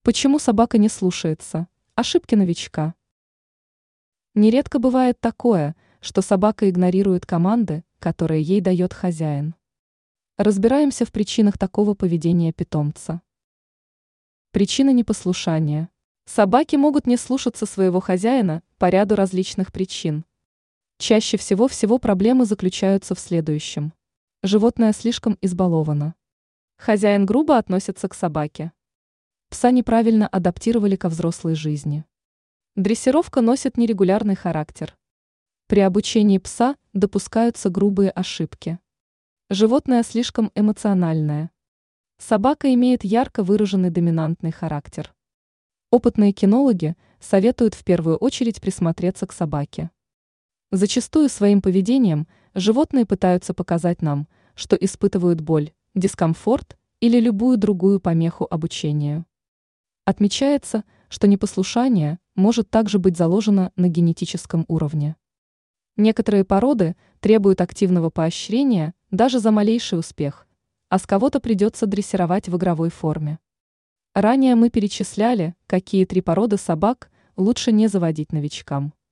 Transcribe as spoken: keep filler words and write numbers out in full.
Почему собака не слушается? Ошибки новичка. Нередко бывает такое, что собака игнорирует команды, которые ей дает хозяин. Разбираемся в причинах такого поведения питомца. Причины непослушания. Собаки могут не слушаться своего хозяина по ряду различных причин. Чаще всего всего проблемы заключаются в следующем. Животное слишком избаловано. Хозяин грубо относится к собаке. Пса неправильно адаптировали ко взрослой жизни. Дрессировка носит нерегулярный характер. При обучении пса допускаются грубые ошибки. Животное слишком эмоциональное. Собака имеет ярко выраженный доминантный характер. Опытные кинологи советуют в первую очередь присмотреться к собаке. Зачастую своим поведением животные пытаются показать нам, что испытывают боль, дискомфорт или любую другую помеху обучению. Отмечается, что непослушание может также быть заложено на генетическом уровне. Некоторые породы требуют активного поощрения даже за малейший успех, а с кого-то придется дрессировать в игровой форме. Ранее мы перечисляли, какие три породы собак лучше не заводить новичкам.